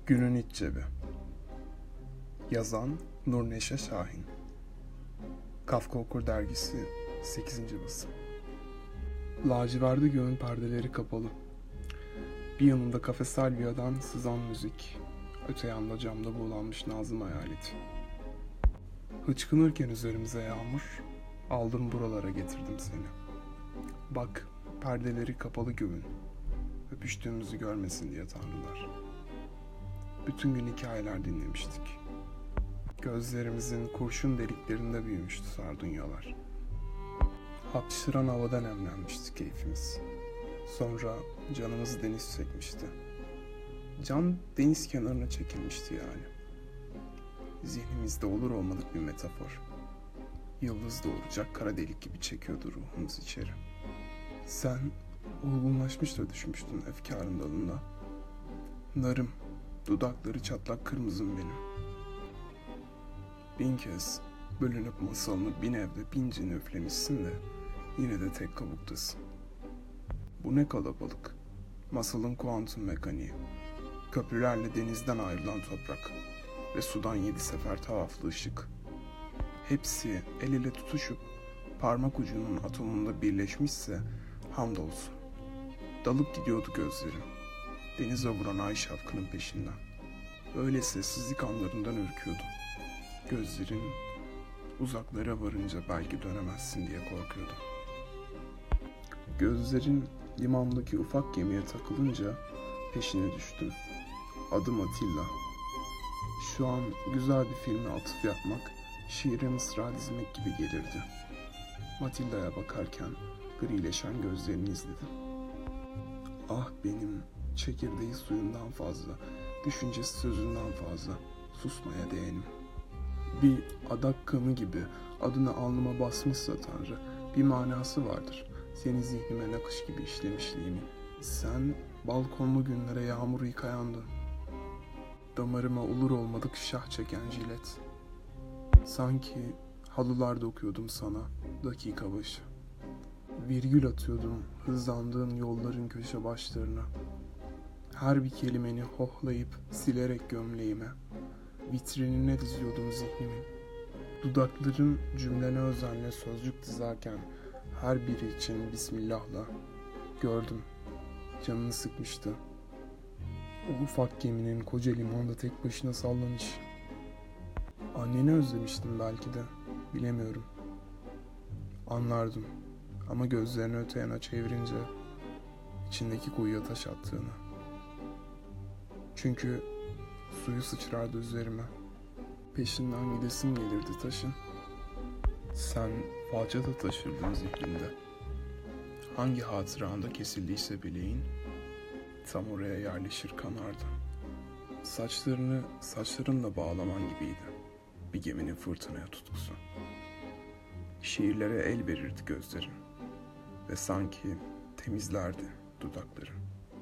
Günün İç Cebi. Yazan Nur Neşe Şahin. Kafka Okur Dergisi 8. basım. Laciverdi göğün perdeleri kapalı. Bir yanında Kafe Salvia'dan sızan müzik, öte yanda camda buğulanmış Nazım hayaleti. Hıçkınırken üzerimize yağmur, aldım buralara getirdim seni. Bak, perdeleri kapalı göğün, öpüştüğümüzü görmesin diye tanrılar. Bütün gün hikayeler dinlemiştik. Gözlerimizin kurşun deliklerinde büyümüştü sardunyalar. Hapşıran havadan emlenmişti keyfimiz. Sonra canımız deniz çekmişti. Can deniz kenarına çekilmişti yani. Zihnimizde olur olmadık bir metafor. Yıldız doğuracak kara delik gibi çekiyordu ruhumuz içeri. Sen olgunlaşmış da düşmüştün efkarın dalında. Narım, dudakları çatlak kırmızım benim. Bin kez bölünüp masalını bin evde bincini üflemişsin de yine de tek kabuktasın. Bu ne kalabalık. Masalın kuantum mekaniği. Köprülerle denizden ayrılan toprak ve sudan 7 sefer tavaflı ışık. Hepsi el ele tutuşup parmak ucunun atomunda birleşmişse hamdolsun. Dalıp gidiyordu gözlerim. Denize vuran ay şapkının peşinden. Öyle sessizlik anlarından ürküyordum. Gözlerin uzaklara varınca belki dönemezsin diye korkuyordum. Gözlerin limandaki ufak gemiye takılınca peşine düştüm. Adım Atilla. Şu an güzel bir filme atıf yapmak, şiire mısra dizmek gibi gelirdi. Matilda'ya bakarken grileşen gözlerini izledim. Ah benim çekirdeği suyundan fazla, düşüncesi sözünden fazla, susmaya değenim. Bir adak kanı gibi adını alnıma basmışsa Tanrı, bir manası vardır. Seni zihnime nakış gibi işlemişliğimin. Sen balkonlu günlere yağmur yıkayandın. Damarıma olur olmadık şah çeken jilet. Sanki halılar dokuyordum sana dakika başı. Virgül atıyordum hızlandığın yolların köşe başlarına. Her bir kelimeni hohlayıp silerek gömleğime. Vitrinine diziyordum zihnimin. Dudakların cümlene özenle sözcük dizerken her biri için Bismillah'la gördüm. Canını sıkmıştı. O ufak geminin koca limanda tek başına sallanış. Anneni özlemiştim belki de. Bilemiyorum. Anlardım. Ama gözlerini öte yana çevirince içindeki kuyuya taş attığını. Çünkü suyu sıçrardı üzerime. Peşinden gidesim gelirdi taşın. Sen falçata taşırdın zihninde. Hangi hatıranda kesildiyse bileğin tam oraya yerleşir kanardı. Saçlarını saçlarınla bağlaman gibiydi. Bir geminin fırtınaya tutkusu. Şiirlere el verirdi gözlerin ve sanki temizlerdi dudakların.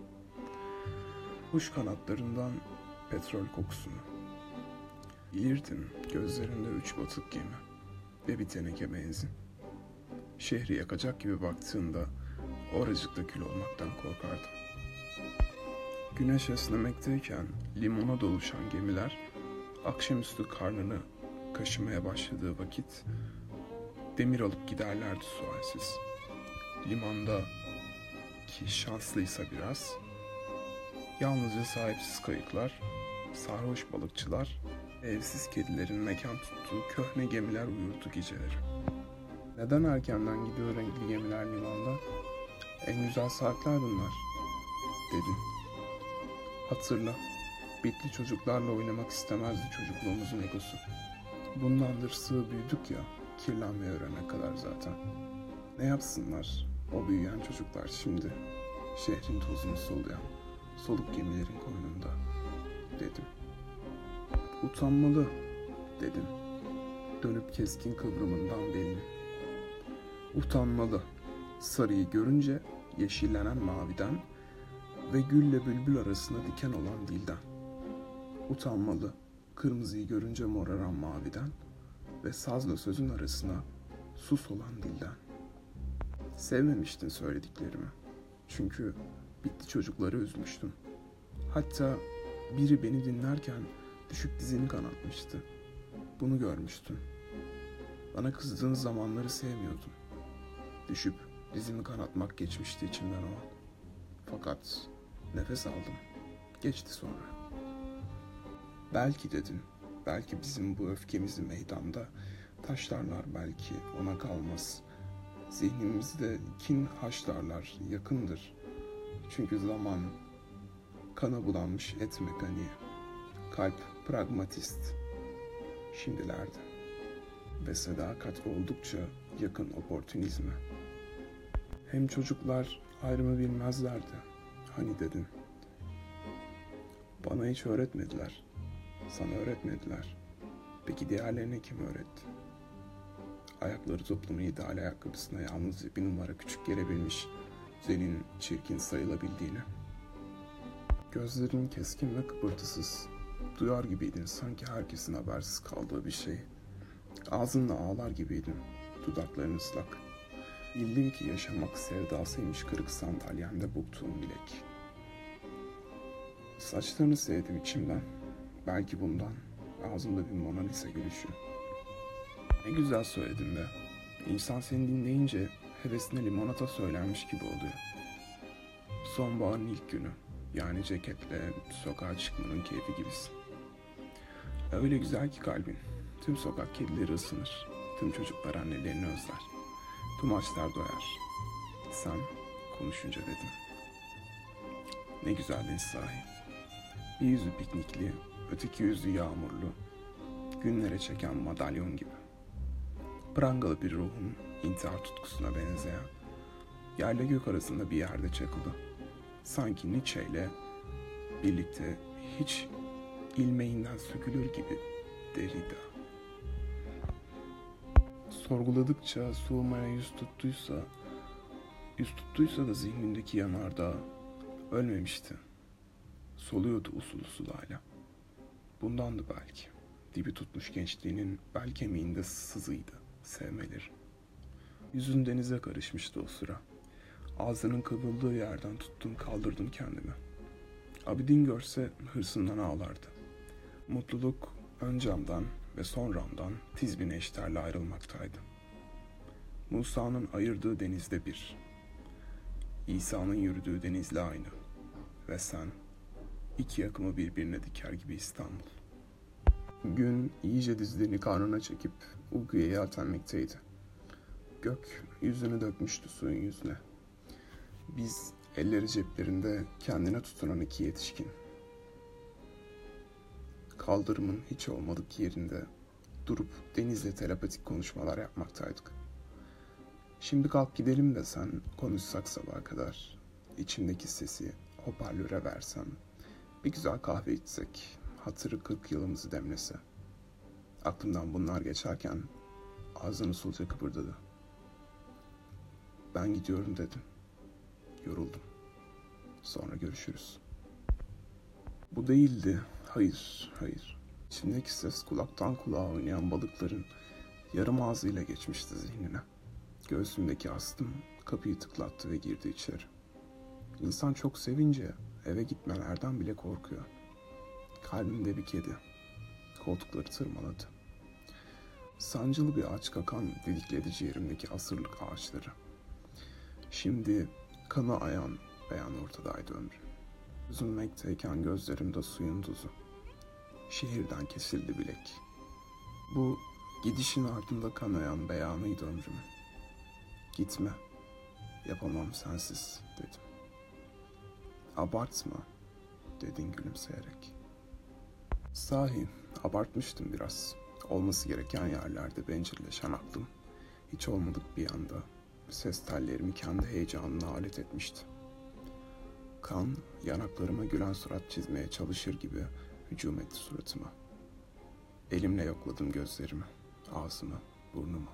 Kuş kanatlarından petrol kokusunu. Bilirdim gözlerinde 3 batık gemi ve bir teneke benzin. Şehri yakacak gibi baktığında oracıkta kül olmaktan korkardım. Güneş esnemekteyken limana doluşan gemiler akşamüstü karnını kaşımaya başladığı vakit demir alıp giderlerdi sualsiz. Limanda ki şanslıysa biraz yalnızca sahipsiz kayıklar, sarhoş balıkçılar, evsiz kedilerin mekan tuttuğu köhne gemiler uyurdu geceleri. Neden erkenden gidiyor renkli gemiler limanda? En güzel saatler bunlar, dedim. Hatırla, bitli çocuklarla oynamak istemezdi çocukluğumuzun egosu. Bundandır sığ büyüdük ya, kirlenmeye öğrenene kadar zaten. Ne yapsınlar o büyüyen çocuklar şimdi, şehrin tozunu soluyan, soluk gemilerin koynunda, dedim. Utanmalı, dedim. Dönüp keskin kıvrımından belli. Utanmalı, sarıyı görünce yeşillenen maviden ve gülle bülbül arasında diken olan dilden. Utanmalı, kırmızıyı görünce moraran maviden ve sazla sözün arasına sus olan dilden. Sevmemiştin söylediklerimi. Çünkü bitti çocukları üzmüştüm. Hatta Biri beni dinlerken düşüp dizini kanatmıştı. Bunu görmüştüm. Bana kızdığın zamanları sevmiyordum. Düşüp dizimi kanatmak geçmişti içimden o an. Fakat nefes aldım. Geçti sonra. Belki dedim, belki bizim bu öfkemizi meydanda taşlarlar, belki ona kalmaz. Zihnimizde kin haşlarlar, yakındır. Çünkü zaman kana bulanmış et mekaniği. Kalp pragmatist. Şimdilerde. Ve sadakat oldukça yakın oportunizme. Hem çocuklar ayrımı bilmezlerdi. Hani dedin. Bana hiç öğretmediler. Sana öğretmediler. Peki diğerlerine kim öğretti? Ayakları toplumun ideal ayakkabısına yalnızca bir numara küçük gelebilmiş, senin çirkin sayılabildiğini. Gözlerin keskin ve kıpırtısız. Duyar gibiydin sanki herkesin habersiz kaldığı bir şey. Ağzınla ağlar gibiydin, dudakların ıslak. Bildim ki yaşamak sevdasıymış kırık sandalyemde buktuğum bilek. Saçlarını sevdim içimden. Belki bundan ağzımda bir Mona Lisa gülüşü. Ne güzel söyledin be. İnsan seni dinleyince hevesine limonata söylermiş gibi oluyor. Sonbaharın ilk günü. Yani ceketle sokağa çıkmanın keyfi gibisin. Öyle güzel ki kalbin. Tüm sokak kedileri ısınır. Tüm çocuklar annelerini özler. Tüm açlar doyar. Sen konuşunca dedim. Ne güzeldin sahi. Bir yüzü piknikli, öteki yüzü yağmurlu. Günlere çeken madalyon gibi. Prangalı bir ruhun intihar tutkusuna benzeyen. Yerle gök arasında bir yerde çakılı. Sanki Nietzsche ile birlikte hiç ilmeğinden sökülür gibi Derrida. Sorguladıkça soğumaya yüz tuttuysa da zihnindeki yanardağ ölmemişti. Soluyordu usul usul hala. Bundandı belki. Dibi tutmuş gençliğinin bel kemiğinde sızıydı sevmeleri. Yüzün denize karışmıştı o sıra. Ağzının kıvrıldığı yerden tuttum kaldırdım kendimi. Abidin görse hırsından ağlardı. Mutluluk ön camdan ve son ramdan tiz bir neşterle ayrılmaktaydı. Musa'nın ayırdığı denizde bir. İsa'nın yürüdüğü denizle aynı. Ve sen iki yakımı birbirine diker gibi İstanbul. Gün iyice dizlerini karnına çekip uykuya yeltenmekteydi. Gök yüzünü dökmüştü suyun yüzüne. Biz elleri ceplerinde kendine tutunan iki yetişkin. Kaldırımın hiç olmadık yerinde durup denizle telepatik konuşmalar yapmaktaydık. Şimdi kalk gidelim desen konuşsak sabaha kadar. İçimdeki sesi hoparlöre versem. Bir güzel kahve içsek, hatırı 40 yılımızı demlese. Aklımdan bunlar geçerken ağzını usulca kıpırdadı. Ben gidiyorum dedim. Yoruldum. Sonra görüşürüz. Bu değildi. Hayır. İçimdeki ses kulaktan kulağa oynayan balıkların yarım ağzıyla geçmişti zihnine. Göğsümdeki astım kapıyı tıklattı ve girdi içeri. İnsan çok sevince eve gitmelerden bile korkuyor. Kalbimde bir kedi. Koltukları tırmaladı. Sancılı bir ağaç kakan dedikledi ciğerimdeki asırlık ağaçları. Şimdi kanı ayan beyan ortadaydı ömrüm. Üzülmekteyken gözlerimde suyun tuzu. Şehirden kesildi bilek. Bu gidişin ardında kanayan beyanıydı ömrümün. Gitme, yapamam sensiz dedim. Abartma dedin gülümseyerek. Sahi abartmıştım biraz. Olması gereken yerlerde bencilleşen aklım hiç olmadık bir anda ses tellerimi kendi heyecanına alet etmişti. Kan yanaklarıma gülen surat çizmeye çalışır gibi hücum etti suratıma. Elimle yokladım gözlerimi, ağzımı, burnumu.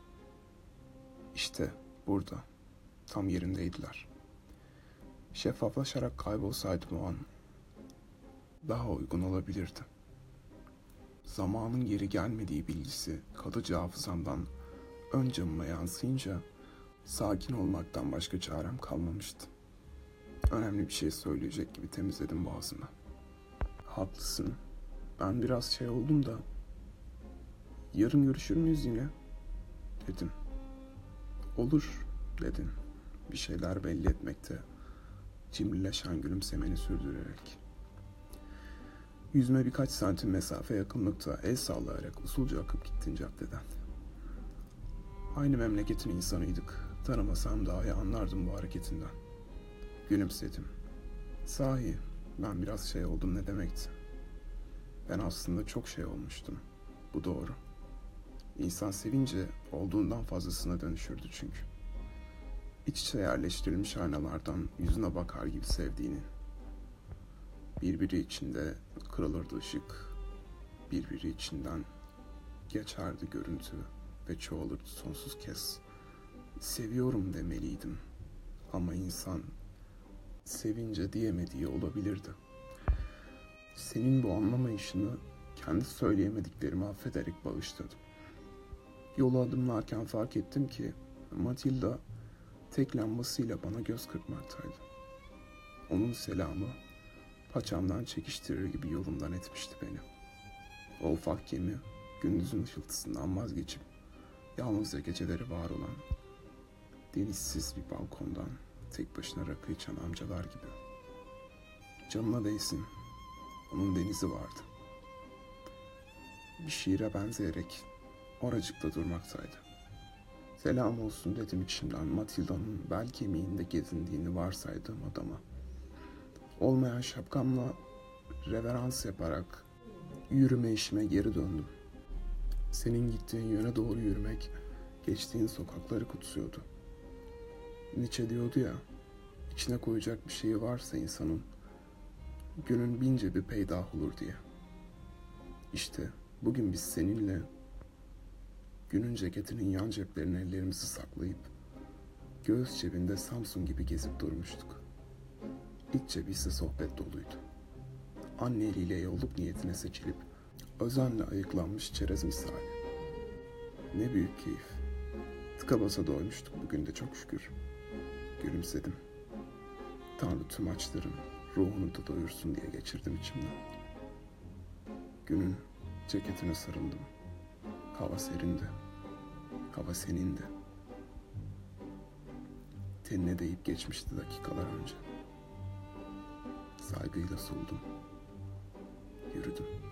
İşte burada, tam yerindeydiler. Şeffaflaşarak kaybolsaydım o an daha uygun olabilirdi. Zamanın geri gelmediği bilgisi kalıcı hafızamdan ön camıma yansıyınca sakin olmaktan başka çarem kalmamıştı. Önemli bir şey söyleyecek gibi temizledim boğazımı. Haklısın. Ben biraz şey oldum da. Yarın görüşür müyüz yine? Dedim. Olur dedin. Bir şeyler belli etmekte. Cimrileşen gülümsemeni sürdürerek. Yüzüme birkaç santim mesafe yakınlıkta el sallayarak usulca akıp gittin caddeden. Aynı memleketin insanıydık. Tanımasam dahi anlardım bu hareketinden. Gülümsedim. Sahi ben biraz şey oldum ne demekti? Ben aslında çok şey olmuştum. Bu doğru. İnsan sevince olduğundan fazlasına dönüşürdü çünkü. İç içe yerleştirilmiş aynalardan yüzüne bakar gibi sevdiğinin. Birbiri içinde kırılırdı ışık. Birbiri içinden geçerdi görüntü ve çoğalırdı sonsuz kez. Seviyorum demeliydim. Ama insan sevince diyemediği olabilirdi. Senin bu anlamayışını kendi söyleyemediklerimi affederek bağışladım. Yolu adımlarken fark ettim ki Matilda tek lambasıyla bana göz kırpmaktaydı. Onun selamı paçamdan çekiştirir gibi yolumdan etmişti beni. O ufak gemi gündüzün ışıltısından vazgeçip yalnızca geceleri var olan denizsiz bir balkondan tek başına rakı içen amcalar gibi. Canına değsin, onun denizi vardı. Bir şiire benzeyerek oracıkta durmaktaydı. Selam olsun dedim içimden Matilda'nın bel kemiğinde gezindiğini varsaydığım adama. Olmayan şapkamla reverans yaparak yürüme işime geri döndüm. Senin gittiğin yöne doğru yürümek geçtiğin sokakları kutsuyordu. Nietzsche diyordu ya, içine koyacak bir şeyi varsa insanın günün bince bir peydah olur diye. İşte bugün biz seninle günün ceketinin yan ceplerine ellerimizi saklayıp göğüs cebinde Samsun gibi gezip durmuştuk. İç cebi ise sohbet doluydu. Anne eliyle yolluk niyetine seçilip özenle ayıklanmış çerez misali. Ne büyük keyif. Tıka basa doymuştuk bugün de çok şükür. Gülümsedim. Tanrı tüm açların ruhunu da doyursun diye geçirdim içimden. Günün ceketine sarıldım. Hava serindi. Hava senindi. Tenine değip geçmişti dakikalar önce. Saygıyla soldum. Yürüdüm.